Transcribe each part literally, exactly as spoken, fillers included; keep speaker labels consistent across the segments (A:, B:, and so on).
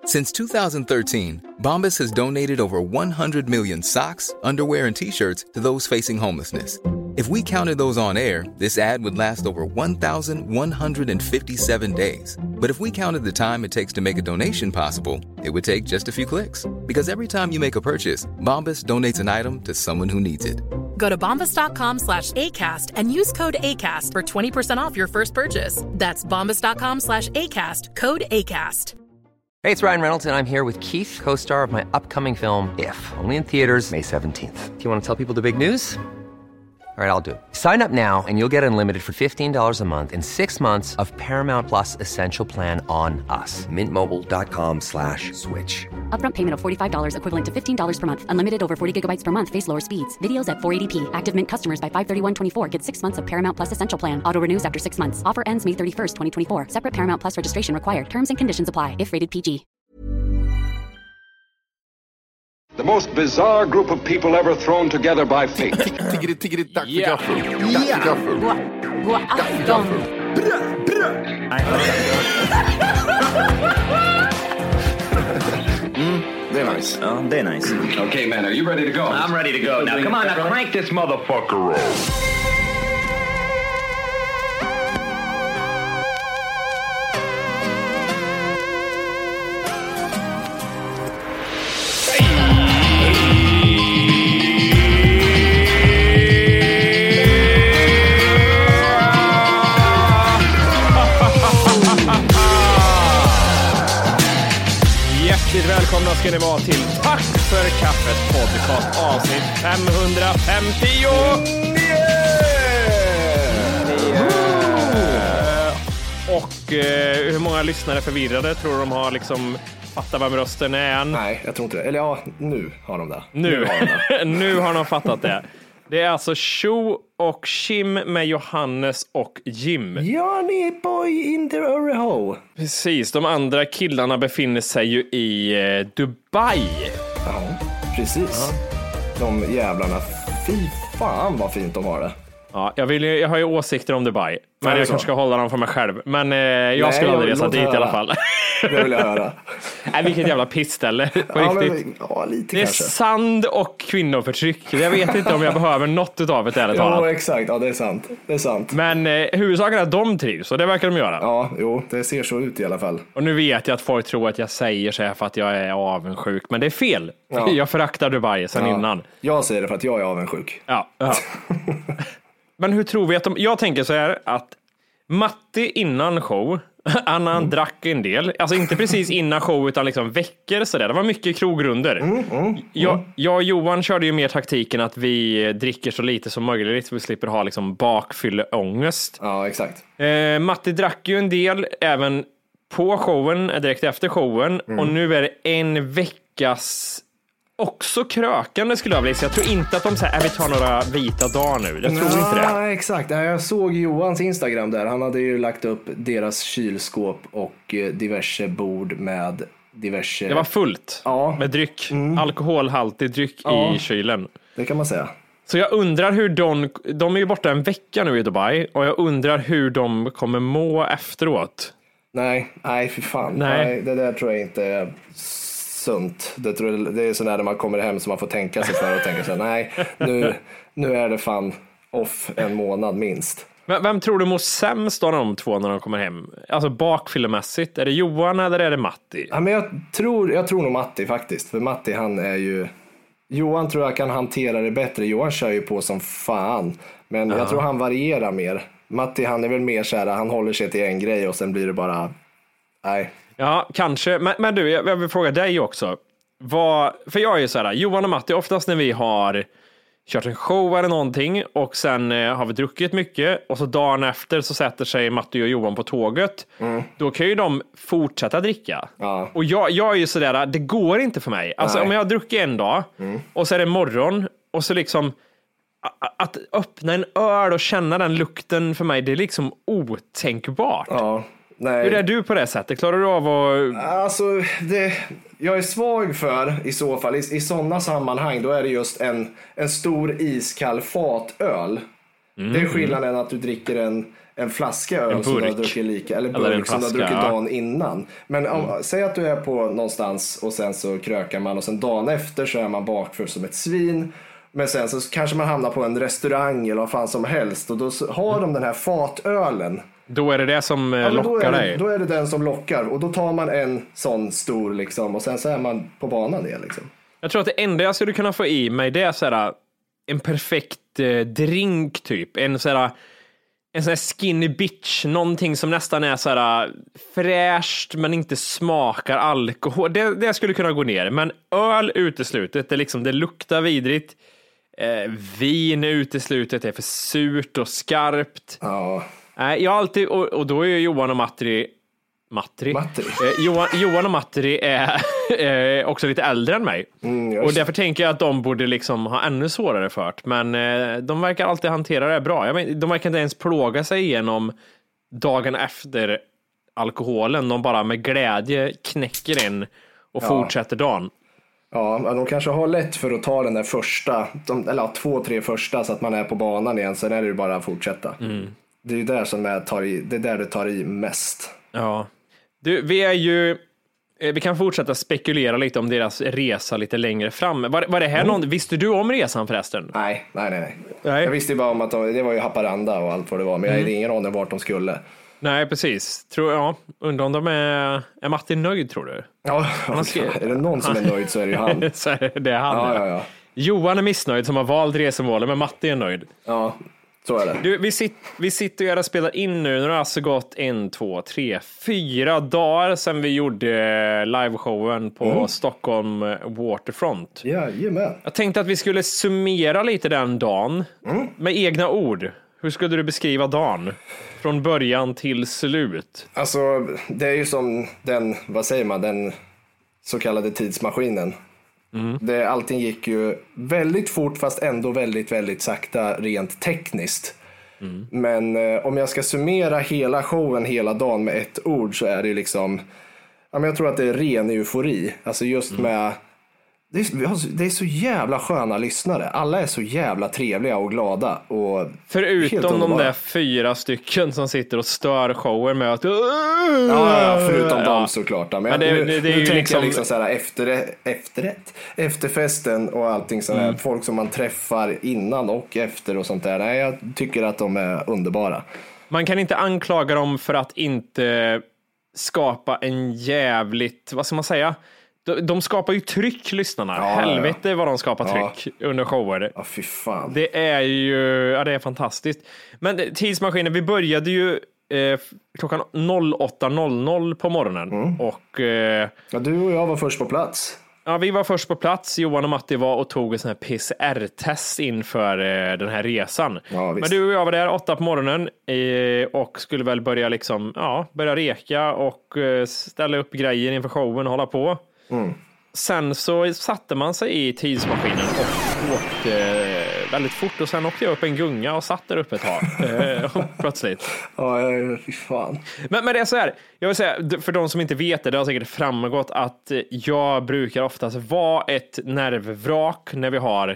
A: Since two thousand thirteen, Bombas has donated over one hundred million socks, underwear, and T-shirts to those facing homelessness. If we counted those on air, this ad would last over one thousand one hundred fifty-seven days. But if we counted the time it takes to make a donation possible, it would take just a few clicks. Because every time you make a purchase, Bombas donates an item to someone who needs it.
B: Go to bombas.com slash ACAST and use code ACAST for twenty percent off your first purchase. That's bombas.com slash ACAST, code ACAST.
C: Hey, it's Ryan Reynolds, and I'm here with Keith, co-star of my upcoming film, If, only in theaters May seventeenth. Do you want to tell people the big news? All right, I'll do it. Sign up now and you'll get unlimited for fifteen dollars a month and six months of Paramount Plus Essential Plan on us. Mint Mobile dot com slash switch.
D: Upfront payment of forty-five dollars equivalent to fifteen dollars per month. Unlimited over forty gigabytes per month. Face lower speeds. Videos at four eighty p. Active Mint customers by five thirty-one twenty-four get six months of Paramount Plus Essential Plan. Auto renews after six months. Offer ends May thirty-first, twenty twenty-four. Separate Paramount Plus registration required. Terms and conditions apply if rated P G.
E: The most bizarre group of people ever thrown together by fate.
F: Tiggeri, tiggeri, dack för
G: Ja.
F: gaffel. Dack för gaffel.
D: God afton.
F: Mm, det är nice.
H: Ja, det är nice.
E: Okay, man, are you ready to go?
H: I'm ready to go. Now, come on, now crank this motherfucker up.
G: Välkomna ska ni vara till Tack för kaffet podcast avsnitt femhundrafemtio. Yeah! Och eh, hur många lyssnare förvirrade tror de har liksom fattat vem rösten är än?
F: Nej, jag tror inte det. Eller ja, nu har de det.
G: Nu,
F: nu, har, de det.
G: nu har de fattat det. Det är alltså Tjo och Kim med Johannes och Jim.
F: Johnny boy in the Öreho.
G: Precis, de andra killarna befinner sig ju i eh, Dubai.
F: Ja, precis. Ja. De jävlarna, fy fan vad fint de har det.
G: Ja, jag, vill, jag har ju åsikter om Dubai, men jag, jag kanske ska hålla dem för mig själv. Men eh, jag
F: Nej,
G: skulle aldrig resa dit
F: höra.
G: i alla fall.
F: Det vill jag höra.
G: Nej, vilket jävla pissställe, på
F: ja,
G: riktigt.
F: Men, ja, lite
G: det är
F: kanske.
G: Sand och kvinnoförtryck. Jag vet inte om jag behöver något utav det, ärligt talat.
F: Ja, exakt. Ja, det är sant. Det är sant.
G: Men eh, huvudsaken är att de trivs, och det verkar de göra.
F: Ja, jo, det ser så ut i alla fall.
G: Och nu vet jag att folk tror att jag säger så här för att jag är avundsjuk, men det är fel.
F: Ja.
G: Jag föraktar Dubai sedan
F: ja.
G: innan.
F: Jag säger det för att jag är avundsjuk.
G: Ja, ja. Men hur tror vi att de... Jag tänker så här att Matti innan show, han, han mm. drack en del. Alltså inte precis innan show utan liksom veckor så där. Det var mycket krogrunder. Mm, mm, jag, mm. jag och Johan körde ju mer taktiken att vi dricker så lite som möjligt så vi slipper ha liksom bakfylleångest.
F: Ja, exakt.
G: Eh, Matti drack ju en del även på showen, direkt efter showen. Mm. Och nu är det en veckas... också krökande skulle jag vilja säga. Jag tror inte att de säger att vi tar några vita dagar nu. Jag tror
F: ja,
G: inte det.
F: Ja, exakt. Jag såg Johans Instagram där. Han hade ju lagt upp deras kylskåp och diverse bord med diverse...
G: Det var fullt
F: ja.
G: med dryck.
F: Mm.
G: Alkoholhaltig dryck ja. i kylen.
F: Det kan man säga.
G: Så jag undrar hur de... De är ju borta en vecka nu i Dubai. Och jag undrar hur de kommer må efteråt.
F: Nej, nej för fan.
G: Nej.
F: nej det där tror jag inte är... sunt. Det, tror jag, det är så när man kommer hem så man får tänka sig för och tänka sig nej, nu, nu är det fan off en månad minst.
G: Men vem tror du mår sämst av de två när de kommer hem? Alltså bakfyllemässigt, är det Johan eller är det Matti?
F: Ja, men jag tror, jag tror nog Matti faktiskt, för Matti han är ju Johan tror jag kan hantera det bättre. Johan kör ju på som fan, men uh-huh. jag tror han varierar mer. Matti han är väl mer så här, han håller sig till en grej och sen blir det bara nej.
G: Ja, kanske. Men, men du, jag vill fråga dig också. Vad, för jag är ju så här, Johan och Matti, oftast när vi har kört en show eller någonting och sen eh, har vi druckit mycket och så dagen efter så sätter sig Matti och Johan på tåget. Mm. Då kan ju de fortsätta dricka. Ja. Och jag, jag är ju så där, det går inte för mig. Alltså Nej. Om jag har druckit en dag mm. och så är det morgon och så liksom att öppna en öl och känna den lukten för mig, det är liksom otänkbart.
F: Ja. Nej.
G: Hur är du på det sättet? Klarar du av att...
F: Alltså, det, jag är svag för i så fall, i, i sådana sammanhang, då är det just en, en stor iskall fatöl. Mm. Det är skillnaden att du dricker en, en flaska öl en som du har druckit lika, eller burk eller som du har druckit dagen innan. Men om, mm. säg att du är på någonstans och sen så krökar man och sen dagen efter så är man bakfull som ett svin. Men sen så kanske man hamnar på en restaurang eller vad fan som helst och då har de den här fatölen.
G: Då är det det som ja, lockar
F: då är det,
G: dig.
F: Då är det den som lockar och då tar man en sån stor liksom och sen så är man på banan igen liksom.
G: Jag tror att det enda jag skulle kunna få i mig det är såhär en perfekt eh, drink typ. En såhär en sån här skinny bitch, någonting som nästan är såhär fräscht men inte smakar alkohol. Det, det skulle kunna gå ner. Men öl uteslutet, det, liksom, det luktar vidrigt. Eh, vin uteslutet, det är för surt och skarpt.
F: Ja.
G: Nej, jag har alltid, och, och då är ju Johan och Matri Matri?
F: Matri.
G: Eh, Johan, Johan och Matri är eh, också lite äldre än mig. Mm, och därför tänker jag att de borde liksom ha ännu svårare fört. Men eh, de verkar alltid hantera det bra. Jag men, de verkar inte ens plåga sig igenom dagen efter alkoholen. De bara med glädje knäcker in och ja. fortsätter dagen.
F: Ja, de kanske har lätt för att ta den där första, de, eller två, tre första så att man är på banan igen. Sen är det ju bara att fortsätta. Mm. Det är ju där som är, tar i, det är där det tar i mest.
G: Ja. Du, vi är ju vi kan fortsätta spekulera lite om deras resa lite längre fram. Var, var det här mm. någon, visste du om resan förresten?
F: Nej, nej, nej. nej. Jag visste ju bara om att de, det var ju Haparanda och allt vad det var. Men mm. jag hade ingen aning vart de skulle.
G: Nej, precis. Tror, ja, undrar om de är... Är Matti nöjd, tror du?
F: Ja, ska, är det någon som är nöjd så är det ju han.
G: så är det han,
F: ja, ja, ja.
G: Johan är missnöjd som har valt resemålet, men Matti är nöjd.
F: Ja, så är det.
G: Du, vi, sit, vi sitter och spelar in nu. Nu har det alltså gått en, två, tre, fyra dagar sedan vi gjorde liveshowen på mm. Stockholm Waterfront.
F: Ja, jajamän.
G: Jag tänkte att vi skulle summera lite den dagen mm. med egna ord. Hur skulle du beskriva dagen? Från början till slut.
F: Alltså, det är ju som den, vad säger man, den så kallade tidsmaskinen. Mm. Det, allting gick ju väldigt fort fast ändå väldigt, väldigt sakta rent tekniskt. Mm. Men eh, om jag ska summera hela showen hela dagen med ett ord så är det liksom, ja, men jag tror att det är ren eufori. Alltså just mm. med Det är, det är så jävla sköna lyssnare. Alla är så jävla trevliga och glada. Och
G: förutom de där fyra stycken som sitter och stör showen med att... Ja,
F: ja förutom ja. dem såklart. Men, Men det, nu, det, det nu tänker liksom... jag liksom så här efter, efterrätt, efterfesten och allting sådär. Mm. Folk som man träffar innan och efter och sånt där. Nej, jag tycker att de är underbara.
G: Man kan inte anklaga dem för att inte skapa en jävligt, vad ska man säga... De skapar ju tryck, lyssnarna. Ja, Helvete ja. vad de skapar tryck ja. under shower.
F: Ja, fy fan.
G: Det är ju, ja, det är fantastiskt. Men tidsmaskinen, vi började ju eh, klockan åtta noll noll på morgonen. Mm. Och, eh,
F: ja, du och jag var först på plats.
G: Ja, vi var först på plats. Johan och Matti var och tog en sån här P C R-test inför eh, den här resan. Ja, men du och jag var där åtta på morgonen eh, och skulle väl börja liksom, ja, börja reka och eh, ställa upp grejer inför showen och hålla på. Mm. Sen så satte man sig i tidsmaskinen och åkte väldigt fort och sen åkte jag upp en gunga och satt där uppe ett tag eh, plötsligt.
F: Ja, fy fan.
G: Men, men det är så här, jag vill säga, för de som inte vet det, det har säkert framgått att jag brukar oftast vara ett nervvrak när vi har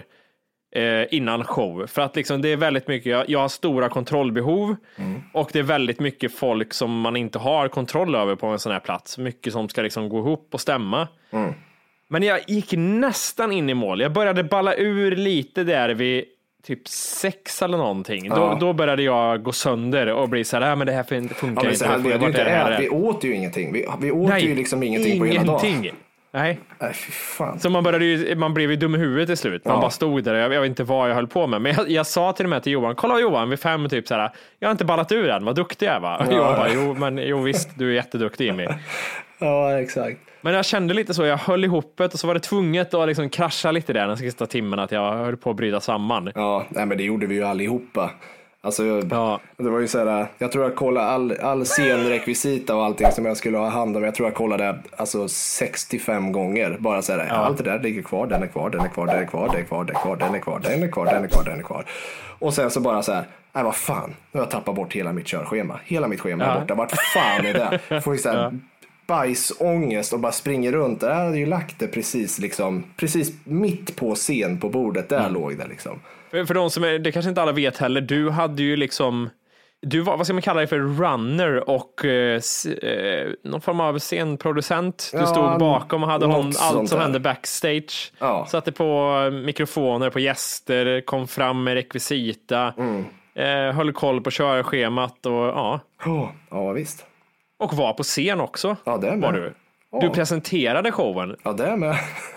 G: eh, innan show. För att liksom det är väldigt mycket, jag, jag har stora kontrollbehov mm. och det är väldigt mycket folk som man inte har kontroll över på en sån här plats. Mycket som ska liksom gå ihop och stämma. Mm. Men jag gick nästan in i mål. Jag började balla ur lite där vid typ sex eller någonting. Ja. Då, då började jag gå sönder och bli så här, nej men det här funkar
F: ja,
G: inte.
F: Här, det, det, det, det, det, vi åt ju ingenting. Vi, vi åt nej, ju liksom ingenting, ingenting på hela dagen.
G: Nej.
F: Nej, fy fan.
G: Så man började ju, man blev ju dum i huvudet till slut. Man ja. bara stod där, jag, jag vet inte vad jag höll på med. Men jag, jag sa till och med till Johan, kolla Johan, vid fem typ så här, jag har inte ballat ur än, vad duktig jag är va? Och ja. Johan bara, jo, men, jo visst, du är jätteduktig i mig.
F: Ja, exakt.
G: Men jag kände lite så, jag höll ihop det och så var det tvunget att liksom krascha lite där den sista timmen att jag höll på att bryta samman.
F: Ja, nej, men det gjorde vi ju allihopa. Alltså, ja. det var ju så här, jag tror jag kollade all, all scenrekvisita och allting som jag skulle ha hand om. Jag tror jag kollade alltså sextiofem gånger. Bara så här, ja. allt det där ligger kvar, den är kvar, den är kvar, den är kvar, den är kvar, den är kvar, den är kvar, den är kvar, den är kvar, den är kvar. Och sen så bara så här, nej vad fan, nu har jag tappat bort hela mitt körschema. Hela mitt schema är ja. borta, vart fan är det? Får ju så här, bajsångest och bara springer runt. Där hade ju lagt det precis liksom, precis mitt på scen på bordet. Där mm. låg det liksom.
G: För, för de som är, det kanske inte alla vet heller, du hade ju liksom, du var, vad ska man kalla det för, runner och eh, någon form av scenproducent. Du ja, stod bakom och hade hon, allt som hände backstage. Ja. Satte på mikrofoner på gäster, kom fram med rekvisita, mm. eh, höll koll på körschemat och ja.
F: Oh, ja, visst.
G: Och var på scen också.
F: Ja, det med.
G: Var du. Du oh. presenterade showen.
F: Ja, det med.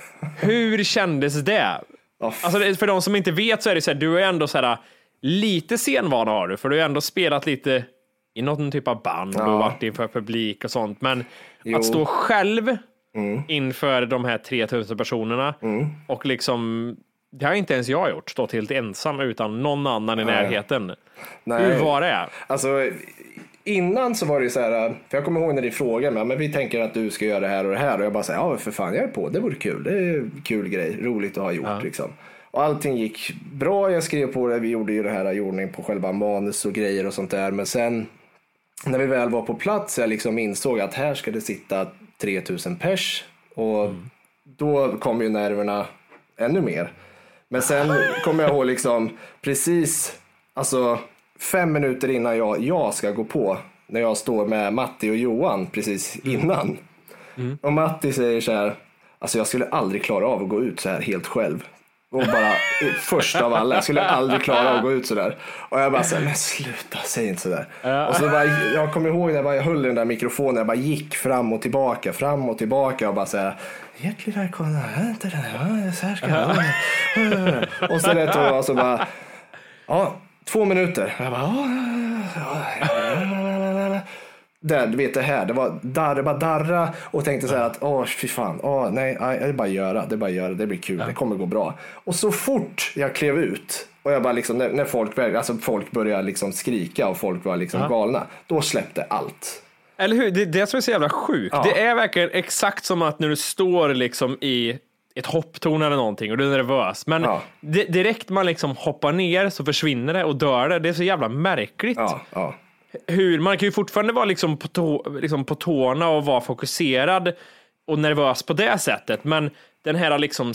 G: Hur kändes det? Oh, alltså för de som inte vet så är det så här, du är ändå så här lite scenvana har du, för du har ändå spelat lite i någon typ av band ja. och varit inför publik och sånt, men jo. att stå själv mm. inför de här tre tusen personerna mm. och liksom, det har inte ens jag gjort, stått helt ensam utan någon annan i närheten. Nej. Hur var det?
F: Alltså innan så var det så här, för jag kommer ihåg när de frågade mig, men vi tänker att du ska göra det här och det här, och jag bara säger, ja för fan, jag är på, det vore kul, det är en kul grej, roligt att ha gjort ja. liksom. Och allting gick bra, jag skrev på det, vi gjorde ju det här gjordning på själva manus och grejer och sånt där, men sen när vi väl var på plats jag liksom insåg att här ska det sitta tre tusen pers och mm. då kom ju nerverna ännu mer. Men sen kommer jag ihåg liksom precis, alltså fem minuter innan jag, jag ska gå på, när jag står med Matti och Johan precis innan. Mm. Och Matti säger så här, alltså jag skulle aldrig klara av att gå ut så här helt själv. Och bara först av alla, jag skulle aldrig klara av att gå ut så där. Och jag bara så här, men sluta, säg inte så där. Ja. Och så bara, jag kommer ihåg när jag, bara, jag höll den där mikrofonen, jag bara gick fram och tillbaka, fram och tillbaka och bara så här, hjärtligt välkomna, inte det här, så här ska jag. Och så rätt och, och så bara, ja, två minuter. Jag bara, ja, ja, ja. Där, du vet det här, det var darra, bara darra och tänkte så här att, åh fy fan, åh nej, det är bara göra, det är bara göra, det blir kul, ja. det kommer gå bra. Och så fort jag klev ut och jag bara liksom, när, när folk, alltså folk började liksom skrika och folk var liksom ja. galna, då släppte allt.
G: Eller hur, det, det som är så jävla sjukt, ja. det är verkligen exakt som att när du står liksom i ett hopptorn eller någonting och du är nervös, men ja. det, direkt man liksom hoppar ner så försvinner det och dör det, det är så jävla märkligt.
F: Ja, ja.
G: Hur, man kan ju fortfarande vara liksom på, tå, liksom på tårna och vara fokuserad och nervös på det sättet, men den här liksom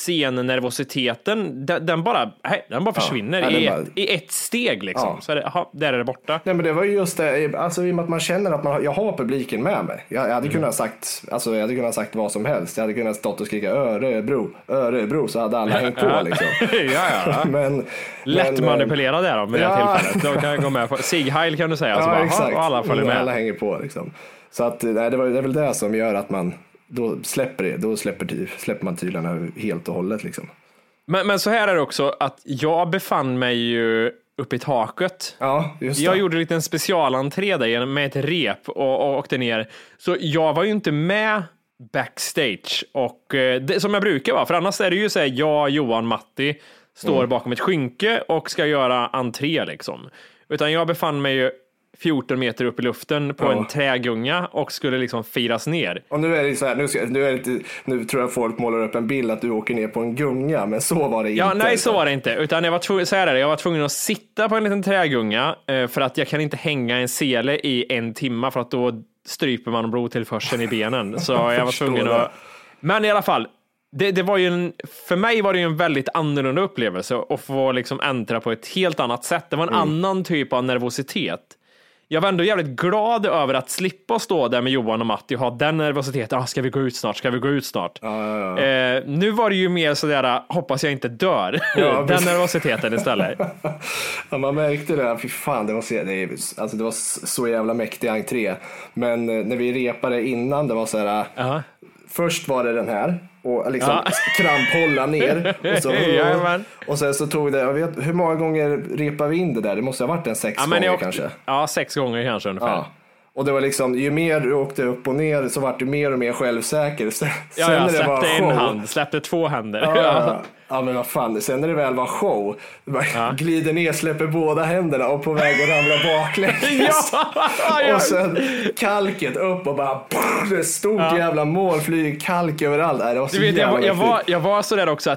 G: scennervositeten den, den bara, nej, den bara försvinner ja, i, bara... ett, i ett steg liksom. Ja. Så är det, aha, där är det borta.
F: Nej, men det var ju just det, alltså i och med att man känner att man, jag har publiken med mig. Jag, jag hade mm. kunnat sagt, alltså jag hade kunnat sagt vad som helst. Jag hade kunnat stått och skrika Örebro, Örebro, så hade alla hängt på liksom.
G: ja, ja.
F: men,
G: lätt
F: men,
G: manipulerad där då, med ja. det tillfället. Då kan jag gå med på Sig Heil kan du säga, ja, så bara, exakt. Och alla följer med.
F: Alla hänger på liksom. Så att nej, det, var, det är väl det som gör att man då släpper det, då släpper, släpper man tyglarna helt och hållet liksom.
G: Men, men så här är det också att jag befann mig ju uppe i taket.
F: Ja, just det.
G: Jag gjorde en liten specialentré där med ett rep och, och åkte ner. Så jag var ju inte med backstage och det, som jag brukar vara, för annars är det ju så här, jag, Johan, Matti står mm. bakom ett skynke och ska göra entré liksom. Utan jag befann mig ju fjorton meter upp i luften på ja. en trägunga och skulle liksom firas ner.
F: Och nu är det så här, nu, ska, nu, är det, nu tror jag folk målar upp en bild att du åker ner på en gunga, men så var det
G: ja,
F: inte.
G: Nej, så var det inte. Utan jag var, tvungen, så här är det, jag var tvungen att sitta på en liten trägunga för att jag kan inte hänga en sele i en timme för att då stryper man blodtillförseln i benen. Så jag var tvungen att... Men i alla fall, det, det var ju en, för mig var det ju en väldigt annorlunda upplevelse att få liksom äntra på ett helt annat sätt. Det var en mm. annan typ av nervositet. Jag var ändå jävligt glad över att slippa stå där med Johan och Matti och ha den nervositeten. Ah, ska vi gå ut snart? Ska vi gå ut snart?
F: Ja, ja, ja.
G: Eh, nu var det ju mer sådär, hoppas jag inte dör. Ja, den nervositeten istället.
F: Ja, man märkte det. Fy fan, det var så, det, alltså, det var så jävla mäktig entré. Men när vi repade innan, det var så här... Uh-huh. Först var det den här och liksom ja. kramphålla ner och, så, och, och sen så tog det, jag vet hur många gånger repade vi in det där, det måste ha varit en sex ja, gånger
G: åkte,
F: kanske.
G: Ja, sex gånger kanske ungefär. Ja. Och
F: det var liksom, ju mer du åkte upp och ner så var du mer och mer självsäker. Sen
G: ja, jag släppte
F: det
G: en hand, släppte två händer.
F: Ja, ja. Ja, men vad fan, sen när det väl var show, bara ja. glider ner, släpper båda händerna och på väg att ramla baklänges. ja, ja. Och sen kalket upp och bara det är stort ja. jävla mål, flyger kalk överallt. Nej, det var så
G: du vet,
F: jävla
G: jag, jag, var, jag var så där också att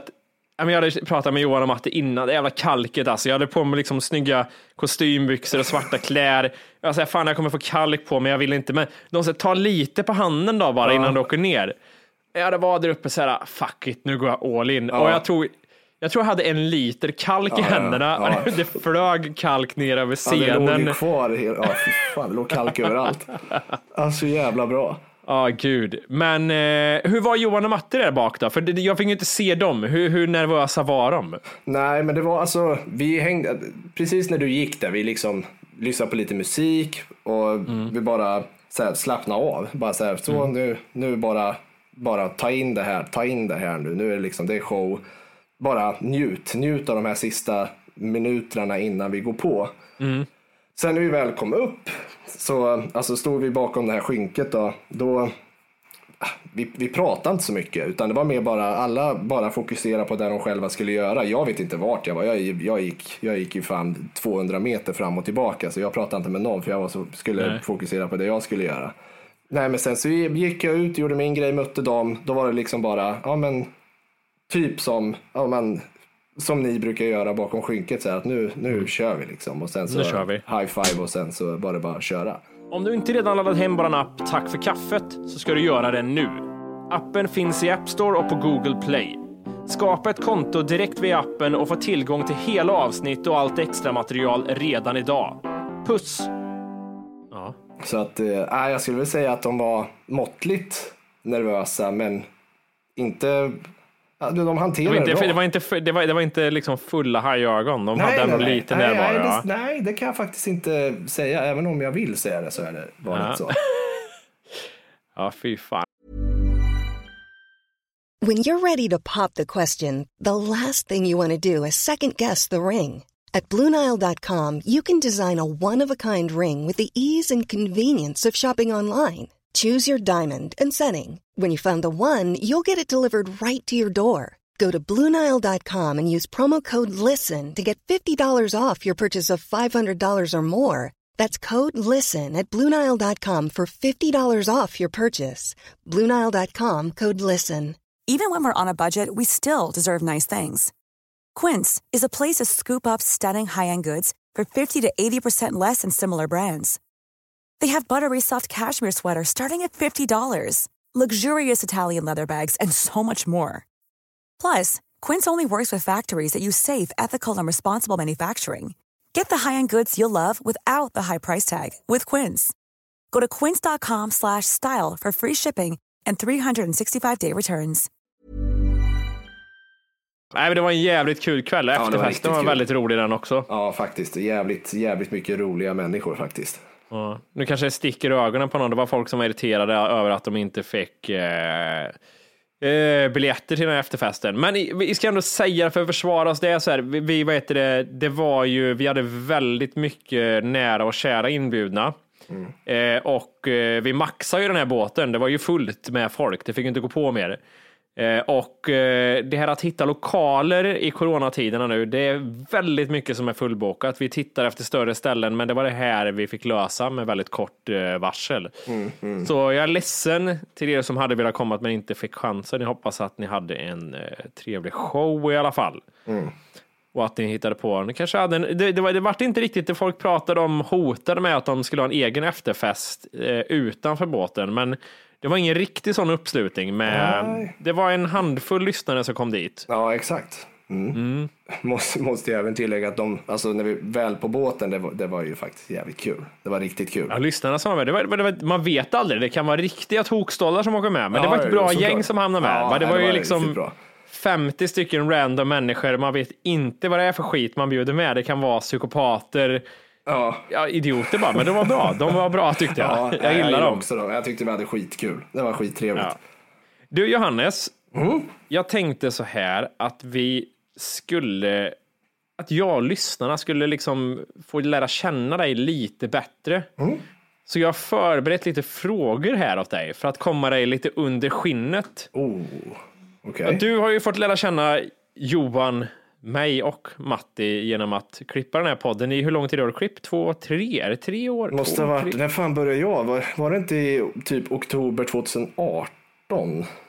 G: Jag hade pratat med Johan och Matti innan, det jävla kalket alltså. Jag hade på mig liksom snygga kostymbyxor och svarta kläder. Jag sa, fan jag kommer få kalk på men jag vill inte. Men de sa, ta lite på handen då bara ja. innan du åker ner. Jag var där uppe så här, fuck it, nu går jag all in. Ja. Och jag tror, jag tror jag hade en liter kalk ja, i händerna. Ja, ja. Det flög kalk ner över scenen. Ja,
F: det låg ju kvar. Ja, fy fan, det låg kalk överallt. Alltså jävla bra.
G: Ja, oh, gud. Men eh, hur var Johan och Matti där bak då? För det, jag fick ju inte se dem. Hur, hur nervösa var de?
F: Nej, men det var alltså, vi hängde, precis när du gick där, vi liksom lyssnade på lite musik och mm. vi bara så här, slappna av. Bara så här, så mm. nu, nu bara, bara ta in det här, ta in det här nu. Nu är det liksom, det är show. Bara njut, njut av de här sista minuterna innan vi går på. Mm. Sen när vi väl kom upp så alltså stod vi bakom det här skynket då, då vi, vi pratade inte så mycket utan det var mer bara, alla bara fokusera på det de själva skulle göra. Jag vet inte vart jag var, jag, jag, gick, jag gick ju fan tvåhundra meter fram och tillbaka så jag pratade inte med någon för jag var så, skulle Nej. fokusera på det jag skulle göra. Nej men sen så gick jag ut, gjorde min grej, mötte dem, då var det liksom bara, ja men typ som, ja men som ni brukar göra bakom skynket så här, att nu, nu kör vi liksom och sen så
G: kör vi.
F: High five och sen så var det bara att köra.
G: Om du inte redan laddat hem vår app Tack för kaffet så ska du göra det nu. Appen finns i App Store och på Google Play. Skapa ett konto direkt via appen och få tillgång till hela avsnitt och allt extra material redan idag. Puss! Ja.
F: Så att, äh, jag skulle väl säga att de var måttligt nervösa men inte... Ja, de hanterade
G: det, var inte,
F: det,
G: det var inte det var det var inte liksom fulla hajögon. De
F: nej,
G: hade
F: nej,
G: en liten
F: nej,
G: närvaro.
F: Nej,
G: ja.
F: det, nej, det kan jag faktiskt inte säga. Även om jag vill säga det så är det var det
G: ja.
F: så.
G: Ja, fy fan.
I: When you're ready to pop the question, the last thing you want to do is second guess the ring. At Blue Nile dot com, you can design a one-of-a-kind ring with the ease and convenience of shopping online. Choose your diamond and setting. When you find the one, you'll get it delivered right to your door. Go to Blue Nile dot com and use promo code LISTEN to get fifty dollars off your purchase of five hundred dollars or more. That's code LISTEN at Blue Nile dot com for fifty dollars off your purchase. Blue Nile dot com, code LISTEN.
J: Even when we're on a budget, we still deserve nice things. Quince is a place to scoop up stunning high-end goods for fifty to eighty percent less than similar brands. They have buttery soft cashmere sweaters starting at fifty dollars, luxurious Italian leather bags, and so much more. Plus, Quince only works with factories that use safe, ethical, and responsible manufacturing. Get the high-end goods you'll love without the high price tag with Quince. Go to quince dot com slash style for free shipping and three sixty-five day returns.
G: Nej, men det var en jävligt kul kväll. Efterfesten ja, var, var väldigt rolig den också.
F: Ja, faktiskt. Jävligt, jävligt mycket roliga människor faktiskt.
G: Ja. Nu kanske det sticker i ögonen på någon. Det var folk som var irriterade över att de inte fick eh, eh, biljetter till den här efterfesten. Men vi ska ändå säga för att försvara oss. Det är så här, vi, vi, vad heter det, det var ju, vi hade väldigt mycket nära och kära inbjudna. Mm. Eh, och eh, vi maxade ju den här båten. Det var ju fullt med folk. Det fick inte gå på mer. Eh, och eh, det här att hitta lokaler i coronatiderna nu, det är väldigt mycket som är fullbokat. Vi tittar efter större ställen, men det var det här vi fick lösa med väldigt kort eh, varsel. Mm, mm. Så jag är ledsen till er som hade velat komma men inte fick chansen. Jag hoppas att ni hade en eh, trevlig show i alla fall. Mm. Och att ni hittade på, ni kanske hade en, det, det, var, det var inte riktigt det folk pratade om, hotade med att de skulle ha en egen efterfest eh, utanför båten, men det var ingen riktig sån uppslutning med, nej. Det var en handfull lyssnare som kom dit.
F: Ja, exakt. Mm. Mm. Måste, måste jag även tillägga att de, alltså när vi väl på båten, det var, det var ju faktiskt jävligt kul. Det var riktigt kul.
G: Ja, lyssnarna som var med, det var, det var, man vet aldrig, det kan vara riktiga tokstollar som åker med, men ja, det var ett bra gäng bra. Som hamnade med. Ja, det, var det var ju liksom femtio stycken random människor, man vet inte vad det är för skit man bjuder med. Det kan vara psykopater, ja. Ja, idioter bara, men de var bra. De var bra tyckte jag. Ja, jag gillar jag dem.
F: Också då. Jag tyckte vi hade skitkul. Det var skittrevligt. Ja.
G: Du Johannes, mm. jag tänkte så här att vi skulle, att jag och lyssnarna skulle liksom få lära känna dig lite bättre. Mm. Så jag har förberett lite frågor här åt dig för att komma dig lite under skinnet.
F: Oh, okay.
G: Du har ju fått lära känna Johan, mig och Matti genom att klippa den här podden. I hur lång tid har du klippt? Två, tre? Är det tre år?
F: Måste ha varit, tre... när fan började jag? Var, var det inte i typ oktober tjugoarton?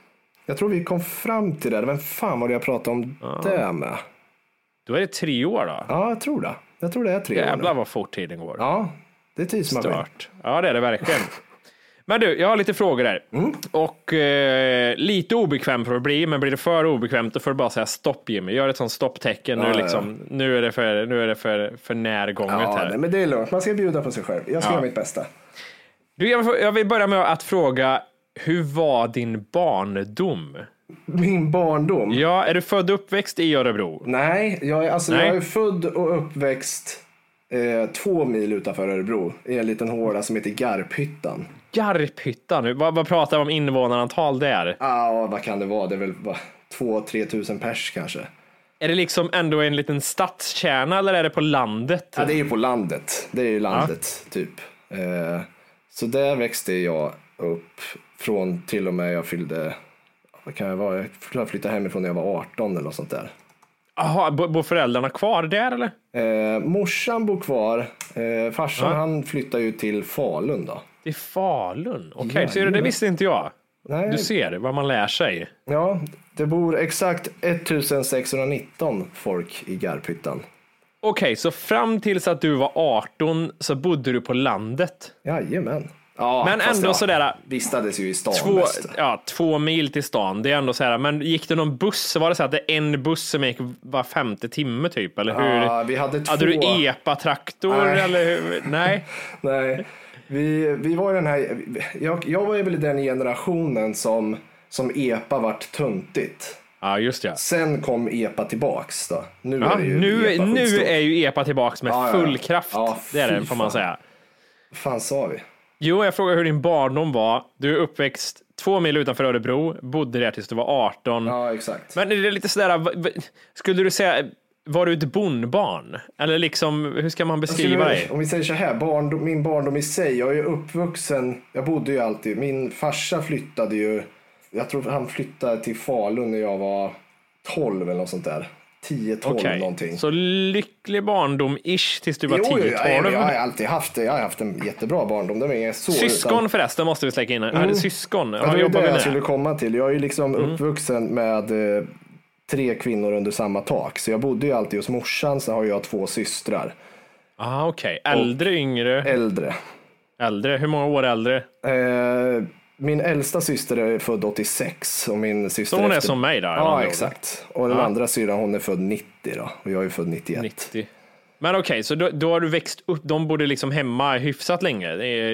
F: Jag tror vi kom fram till det. Vem fan var det jag pratade om ja. det med?
G: Då är det tre år då?
F: Ja, jag tror det. Jag tror det är tre
G: Jävlar
F: år.
G: Jävlar vad fort tiden går.
F: Ja, det är tid som har
G: varit. Ja, det är det verkligen. Men du, jag har lite frågor där. Mm. Och eh, lite obekvämt för att bli, men blir det för obekvämt då får du bara säga stopp Jimmy. Gör ett sånt stopptecken. Ja, nu, liksom, ja. nu är det för, nu är det för, för närgånget
F: ja,
G: här.
F: Nej, men det är lugnt. Man ska bjuda på sig själv. Jag ska ja. göra mitt bästa.
G: Du, jag, jag vill börja med att fråga, hur var din barndom?
F: Min barndom?
G: Ja, är du född och uppväxt i Örebro?
F: Nej, jag är, alltså, Nej. jag är född och uppväxt eh, två mil utanför Örebro. I en liten håla som heter Garphyttan.
G: Garphyttan? Vad, vad pratar vi om invånarantal där?
F: Ja, ah, vad kan det vara? Det är väl två till tre tusen pers kanske.
G: Är det liksom ändå en liten stadskärna eller är det på landet?
F: Ja, det är ju på landet. Det är ju landet, ja. typ. Eh, så där växte jag upp från till och med jag fyllde... Vad kan jag vara? Jag flyttade hemifrån när jag var arton eller något sånt där.
G: Jaha, bor föräldrarna kvar där eller?
F: Eh, morsan bor kvar. Eh, farsan ja. han flyttar ju till Falun då.
G: Till Falun? Okej, okay, ja, så det, det visste inte jag. Nej. Du ser vad man lär sig.
F: Ja, det bor exakt ettusensexhundranitton folk i Garphyttan.
G: Okej, okay, så fram tills att du var arton så bodde du på landet?
F: Jajamän. Ja,
G: men ändå
F: jag
G: sådär
F: vistades ju i stan
G: två, ja, två mil till stan. Det är ändå så här, men gick det någon buss så var det så att det är en buss som gick var femte timme typ eller hur?
F: Ja, vi hade två.
G: Hade du epa-traktor
F: Nej.
G: eller hur? Nej.
F: Nej. Vi vi var ju den här jag jag var ju väl den generationen som som epa vart tuntigt.
G: Ja, just det.
F: Sen kom epa tillbaks då.
G: Nu ja, är det ju nu nu är ju epa tillbaks med ja, full ja. kraft. Ja, det är det får man säga.
F: Vad fan sa vi?
G: Jo, jag frågar hur din barndom var. Du är uppväxt två mil utanför Örebro, bodde där tills du var arton.
F: Ja, exakt.
G: Men är det lite sådär, skulle du säga, var du ett bondbarn? Eller liksom, hur ska man beskriva dig?
F: Om vi säger så här, barndom, min barndom i sig, jag är ju uppvuxen, jag bodde ju alltid, min farsa flyttade ju, jag tror han flyttade till Falun när jag var tolv eller något sånt där. tio tolv okay. någonting.
G: Så lycklig barndom-ish tills du var tio tolv?
F: Jag, jag har alltid haft det. Jag har haft en jättebra barndom. Det var inget så,
G: syskon utan... förresten måste vi släcka in. Mm. Hade syskon?
F: Ja, det är det jag skulle komma till. Jag är ju liksom mm. uppvuxen med eh, tre kvinnor under samma tak. Så jag bodde ju alltid hos morsan, så har jag två systrar.
G: Ah, okej. Okay. Äldre, och yngre?
F: Äldre.
G: Äldre? Hur många år äldre?
F: Eh... Min äldsta syster är född åttiosex och min syster
G: så hon
F: efter...
G: är som mig där?
F: Ja, exakt. Och den ja. andra syrran, hon är född nittio då. Och jag är född nittioett.
G: nittio. Men okej, okay, så då, då har du växt upp, de bodde liksom hemma hyfsat länge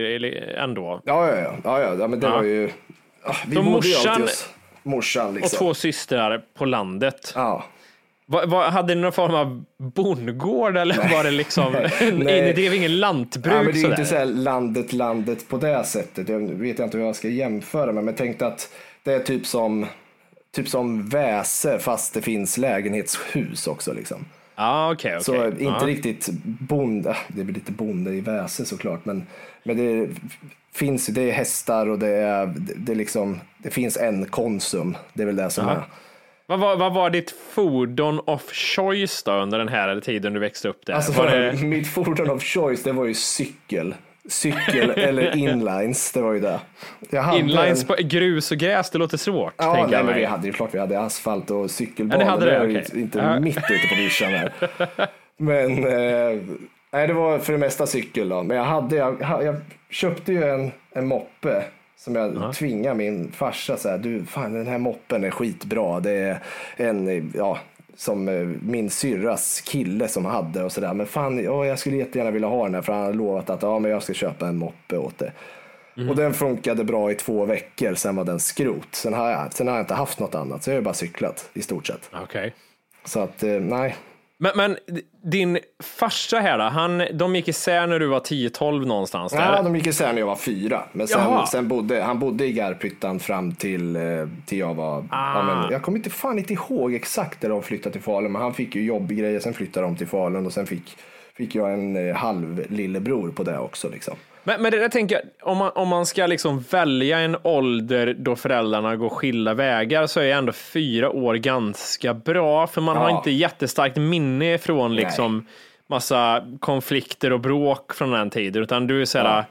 G: ändå?
F: Ja, ja, ja. ja, ja. ja men det ja. var ju... Ja, vi
G: så
F: bodde
G: morsan,
F: ju alltid hos morsan liksom.
G: Och två systrar på landet?
F: Ja.
G: Va, va, hade ni någon form av bondgård eller nej. var det liksom nej. Ni drev ingen lantbruk?
F: Ja, men det är inte så här landet, landet på det sättet. Jag vet inte hur jag ska jämföra men jag tänkte att det är typ som typ som Väse fast det finns lägenhetshus också liksom.
G: Ah, okay, okay.
F: Så inte
G: ah.
F: riktigt bonde, det blir lite bonde i Väse såklart men, men det finns det är hästar och det är det, det liksom det finns en Konsum. Det är väl det som ah. är.
G: Vad var, vad var ditt fordon of choice då under den här tiden du växte upp där?
F: Alltså,
G: var det...
F: mitt fordon of choice, det var ju cykel. Cykel eller inlines, det var ju det. Jag hade
G: inlines
F: en...
G: på grus och gräs, det låter svårt.
F: Ja, nej, men vi hade ju klart vi hade asfalt och cykelbanor.
G: Ja, det, det
F: okay. ju inte ja. mitt ute på vischan här. Men eh, nej, det var för det mesta cykel då. Men jag hade, jag, jag köpte ju en, en moppe. Som jag uh-huh. tvingar min farsa så här, du fan den här moppen är skitbra. Det är en, ja, som min syrras kille som hade och sådär. Men fan, ja, jag skulle jättegärna vilja ha den här för han har lovat att ja, men jag ska köpa en moppe åt det. Mm. Och den funkade bra i två veckor, sen var den skrot. Sen har jag, sen har jag inte haft något annat, så jag har bara cyklat i stort sett.
G: Okej. Okay.
F: Så att, eh, nej.
G: Men, men din farsa här då, han, de gick isär när du var tio tolv någonstans där?
F: Ja, de gick isär när jag var fyra. Men sen, sen bodde, han bodde i Garphyttan fram till, till jag var...
G: Ah.
F: Ja, men jag kommer inte fan inte ihåg exakt när de flyttade till Falun. Men han fick ju jobbgrejer, sen flyttade de till Falun. Och sen fick, fick jag en halv lillebror på det också liksom.
G: Men, men det där tänker jag, om man, om man ska liksom välja en ålder då föräldrarna går skilda vägar så är ändå fyra år ganska bra. För man ja. har inte jättestarkt minne från liksom Nej. massa konflikter och bråk från den tiden. Utan du är såhär, ja.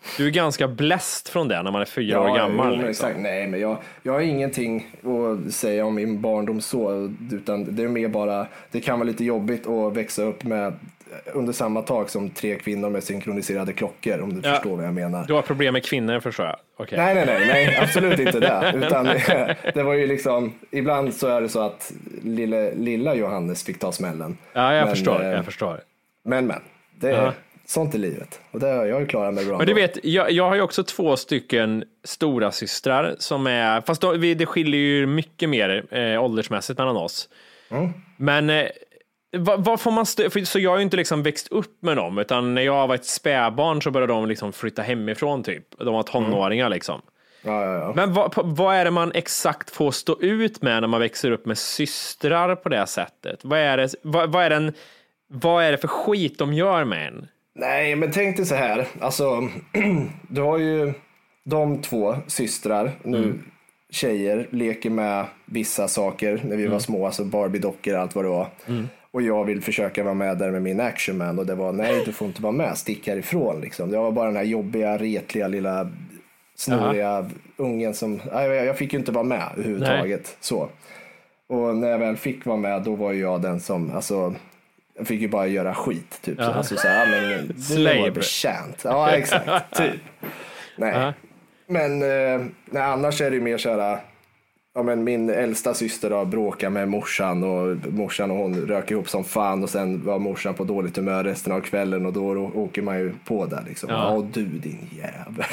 G: Du är ganska bläst från det när man är fyra
F: ja,
G: år gammal.
F: Jo, men
G: liksom.
F: exakt. Nej, men jag, jag har ingenting att säga om min barndom så, utan det är mer bara, det kan vara lite jobbigt att växa upp med under samma tak som tre kvinnor med synkroniserade klockor, om du ja, förstår vad jag menar.
G: Du har problem med kvinnor, förstår jag. Okay.
F: Nej, nej, nej, nej, absolut inte det. Utan det, det var ju liksom, ibland så är det så att lilla, lilla Johannes fick ta smällen.
G: Ja, jag
F: men,
G: förstår, jag förstår.
F: Men, men, det är uh-huh. sånt i livet. Och det har jag ju klarat mig bra.
G: Men du vet, jag, jag har ju också två stycken stora systrar som är, fast då, vi, det skiljer ju mycket mer eh, åldersmässigt mellan oss. Mm. Men eh, vad, vad får man stö- för, så jag har ju inte liksom växt upp med dem, utan när jag var ett spädbarn så började de liksom flytta hemifrån typ. De var tonåringar mm. liksom.
F: Ja, ja, ja.
G: Men vad, vad är det man exakt får stå ut med när man växer upp med systrar på det sättet? Vad är det, vad, vad är den, vad är det för skit de gör med en?
F: Nej, men tänk dig så här. Alltså, du har ju de två systrar, nu mm. tjejer, leker med vissa saker när vi mm. var små, alltså Barbie-dockor och allt vad det var. Mm. Och jag vill försöka vara med där med min Action Man, och det var, nej, du får inte vara med, stick härifrån liksom. Det var bara den här jobbiga, retliga, lilla snurriga Aha. ungen som, nej, jag fick ju inte vara med överhuvudtaget. Nej. Så. Och när jag väl fick vara med, då var ju jag den som, alltså, jag fick ju bara göra skit typ. Ja. Så, alltså så här, men det var betjänt. Ja, exakt. Typ. Nej. Ja. Men eh, nej, annars är det ju mer så här, ja, men min äldsta syster då bråkar med morsan, och morsan och hon röker ihop som fan, och sen var morsan på dåligt humör resten av kvällen, och då åker man ju på där liksom. Ja, ja du din jävel.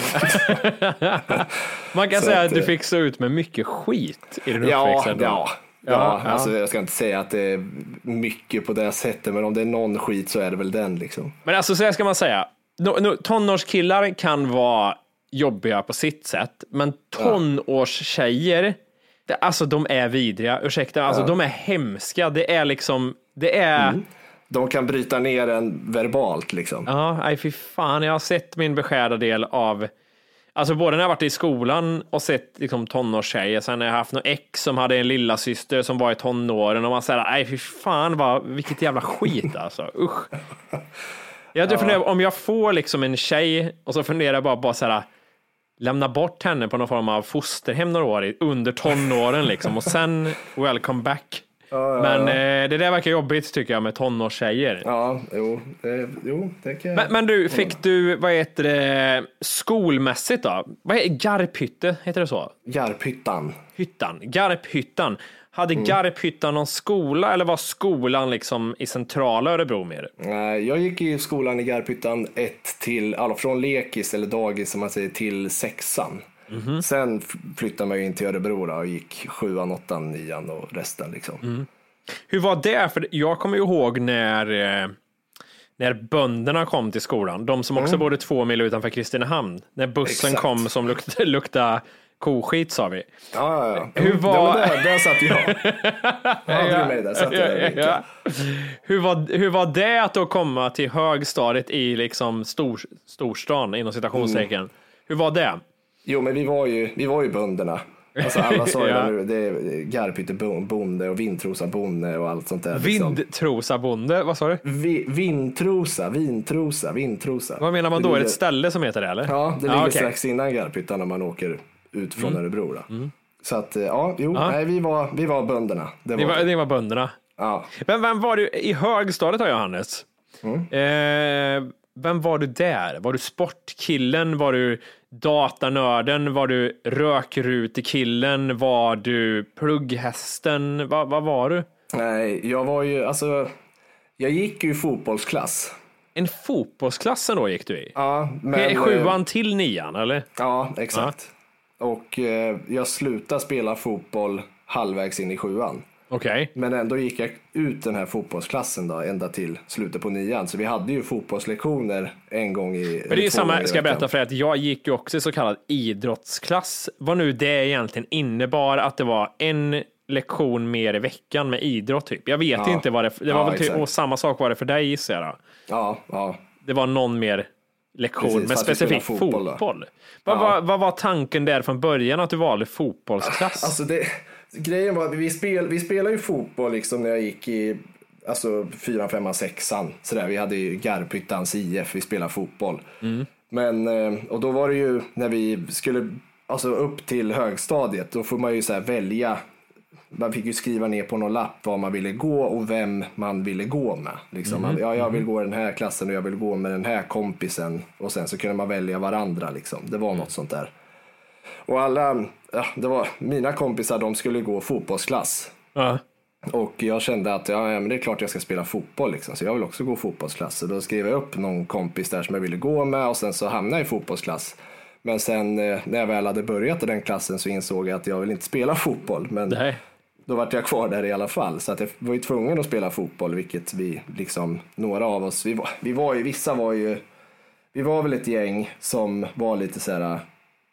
G: Man kan så säga att, att du fick så ut med mycket skit i den
F: ja,
G: uppväxten.
F: Ja, ja. Ja, ja, alltså jag ska inte säga att det är mycket på det sättet, men om det är någon skit så är det väl den liksom.
G: Men alltså så här ska man säga, tonårskillar kan vara jobbiga på sitt sätt, men tonårstjejer, det, alltså de är vidriga, ursäkta, alltså ja. de är hemska, det är liksom, det är... Mm.
F: De kan bryta ner en verbalt liksom.
G: Ja, nej fy fan, jag har sett min beskärda del av, alltså både när jag varit i skolan och sett liksom tonårstjejer, sen har jag haft någon ex som hade en lilla syster som var i tonåren, och man säger, nej fy fan, vad, vilket jävla skit alltså, usch. Jag ja. funderar, om jag får liksom en tjej, och så funderar jag bara, bara så här, lämna bort henne på någon form av fosterhem några år under tonåren liksom, och sen welcome back. Ja, ja, men ja. Eh, det där verkar jobbigt tycker jag med tonårstjejer.
F: Ja, jo, det, jo, det kan jag...
G: men, men du, fick du, vad heter det, skolmässigt då? Vad är Garphytte, heter det så?
F: Garphyttan.
G: Hyttan, Garphyttan. Hade mm. Garphyttan någon skola, eller var skolan liksom i centrala Örebro mer?
F: Nej, jag gick i skolan i Garphyttan ett till, alltså från lekis eller dagis som man säger, till sexan. Mm-hmm. Sen flyttade man in till Örebro då, och gick sjuan, åttan, nian och resten liksom. Mm.
G: Hur var det? För jag kommer ihåg när när bönderna kom till skolan, de som också mm. bodde två mil utanför Kristinehamn, när bussen Exakt. kom som luktade, luktade koskit, sa vi.
F: Ja, ja, ja.
G: Hur var...
F: Ja, där, där satt jag. Ja, ja, med där, satt jag ja, ja.
G: Hur, var, hur var det att då komma till högstadiet i liksom stor, storstan, inom citationstecken? Mm. Hur var det?
F: Jo, men vi var ju, vi var ju bönderna. Alltså alla sa ju ja. nu, det är Garphytte bonde och Vintrosa bonde och allt sånt där. Liksom.
G: Vintrosa bonde, vad sa du?
F: Vi, vintrosa, Vintrosa, Vintrosa.
G: Vad menar man då? Det ligger... Är det ett ställe som heter det, eller?
F: Ja, det ligger ah, okay. strax innan Garphyttan när man åker ut från mm. Örebro då. Mm. Så att, ja, jo, ah. nej, vi var, vi var bönderna. Det var
G: ni, var, ni var bönderna.
F: Ja.
G: Men vem var du i högstadiet då, Johannes? Mm. Eh, vem var du där? Var du sportkillen? Var du datanörden? Var du rökrutekillen? Var du plugghästen? Vad, vad var du?
F: Nej, jag var ju, alltså, jag gick ju i fotbollsklass.
G: En fotbollsklass då gick du i?
F: Ja, men...
G: Sjuan till nian, eller?
F: Ja, exakt. Ja. Och eh, jag slutade spela fotboll halvvägs in i sjuan.
G: Okay.
F: Men ändå gick jag ut den här fotbollsklassen då, ända till slutet på nian. Så vi hade ju fotbollslektioner en gång i...
G: Men det är ju samma, ska jag berätta för att jag gick ju också i så kallad idrottsklass. Vad nu det egentligen innebar, att det var en lektion mer i veckan med idrott typ. Jag vet ja. inte vad det... Det var ja, väl typ, och samma sak var det för dig, gissar jag då.
F: Ja, ja.
G: Det var någon mer lektion. Precis, med specifikt fotboll. fotboll. Vad,
F: ja.
G: vad, vad var tanken där från början att du valde fotbollsklass?
F: Alltså det... Grejen var att vi, spel, vi spelade ju fotboll liksom när jag gick i alltså fyran, femman, sexan. Så där, vi hade ju Garphyttans I F, vi spelade fotboll. Mm. Men, och då var det ju när vi skulle alltså upp till högstadiet, då får man ju så här välja. Man fick ju skriva ner på någon lapp vad man ville gå och vem man ville gå med. Liksom. Mm. Ja, jag vill gå i den här klassen och jag vill gå med den här kompisen. Och sen så kunde man välja varandra. Liksom. Det var något sånt där. Och alla, ja, det var mina kompisar, de skulle gå fotbollsklass. Uh. Och jag kände att ja, men det är klart jag ska spela fotboll. Liksom. Så jag vill också gå fotbollsklass. Så då skrev jag upp någon kompis där som jag ville gå med. Och sen så hamnade jag i fotbollsklass. Men sen när jag väl hade börjat i den klassen så insåg jag att jag vill inte spela fotboll. Men Nej. Då var jag kvar där i alla fall. Så att jag var ju tvungen att spela fotboll, vilket vi liksom, några av oss, vi var, vi var ju, vissa var ju, vi var väl ett gäng som var lite så här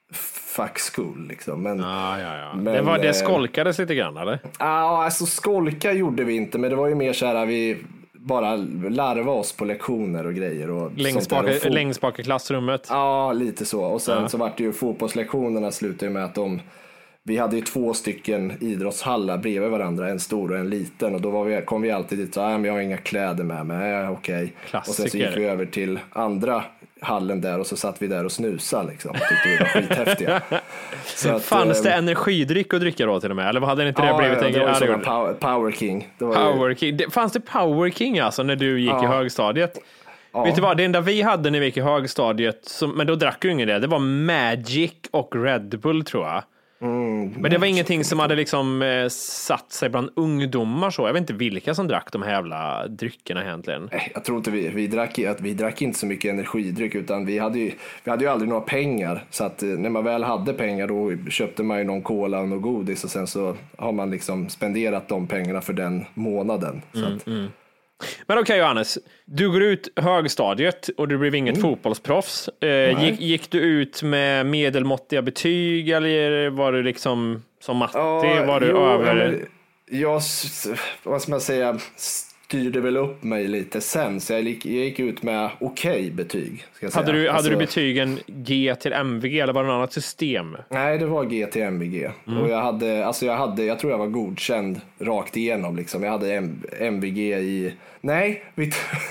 F: fuck school liksom. Men,
G: ah, ja, ja. Men, det var det skolkades lite grann, eller?
F: Ja, ah, alltså skolka gjorde vi inte, men det var ju mer så här, vi bara larva oss på lektioner och grejer. Och
G: längst, bak, fot- längst bak i klassrummet?
F: Ja, lite så. Och sen ja. så var det ju fotbollslektionerna slutade med att de, vi hade ju två stycken idrottshallar bredvid varandra, en stor och en liten. Och då var vi, kom vi alltid dit och sa, jag har inga kläder med mig, ja, okej. Okay. Och sen så gick vi över till andra hallen där och så satt vi där och snusade liksom. Tyckte vi var skithäftiga.
G: Så att, fanns det energidryck att dricka då till och med? Eller hade det inte det
F: ja,
G: blivit
F: ja,
G: en
F: det var ju power, power King. Det var
G: power
F: ju...
G: King. Det, fanns det Power King alltså när du gick ja. i högstadiet? Ja. Vet du vad, det enda vi hade när vi gick i högstadiet, som, men då drack ju ingen det, det var Magic och Red Bull tror jag. Mm, men det var ingenting som hade liksom eh, satt sig bland ungdomar så. Jag vet inte vilka som drack de här jävla dryckerna egentligen.
F: Jag tror inte vi, vi drack, att vi drack inte så mycket energidryck, utan vi hade ju, vi hade ju aldrig några pengar. Så att eh, när man väl hade pengar då köpte man ju någon cola och någon godis och sen så har man liksom spenderat de pengarna för den månaden. Så
G: mm,
F: att,
G: mm. Men okej okay, Johannes, du går ut högstadiet och du blev inget mm. fotbollsproffs. Eh, gick, gick du ut med medelmåttiga betyg eller var du liksom som Matti? Ja, var du
F: jo,
G: över?
F: Jag, vad ska man säga, styrde väl upp mig lite sen, så jag gick, jag gick ut med okej okay betyg. Ska jag säga.
G: Hade, du,
F: alltså,
G: hade du betygen G till M V G eller var det något annat system?
F: Nej, det var G till M V G. Mm. Och jag hade, alltså jag hade, jag tror jag var godkänd rakt igenom liksom. Jag hade M- MVG i, nej, vet,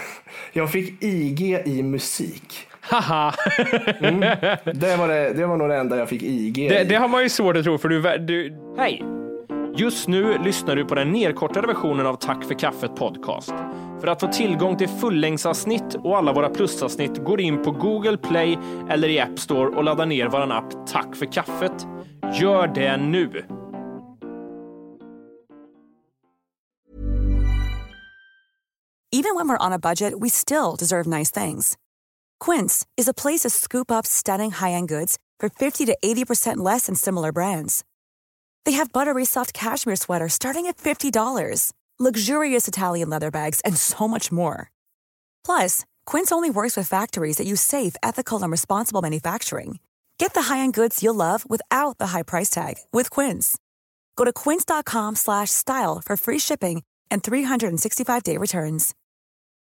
F: jag fick I G i musik.
G: Haha.
F: mm. det, var det, det var nog det enda jag fick I G
G: det,
F: i.
G: Det har man ju svårt att tro, för du, du hej! Just nu lyssnar du på den nedkortade versionen av Tack för kaffet podcast. För att få tillgång till fullängdsavsnitt och alla våra plusavsnitt går in på Google Play eller i App Store och laddar ner våran app Tack för kaffet. Gör det nu!
J: Even when we're on a budget, we still deserve nice things. Quince is a place to scoop up stunning high-end goods for fifty to eighty percent less than similar brands. They have buttery soft cashmere sweaters starting at fifty dollars, luxurious Italian leather bags, and so much more. Plus, Quince only works with factories that use safe, ethical, and responsible manufacturing. Get the high-end goods you'll love without the high price tag with Quince. Go to quince dot com slash style for free shipping and three sixty-five day returns.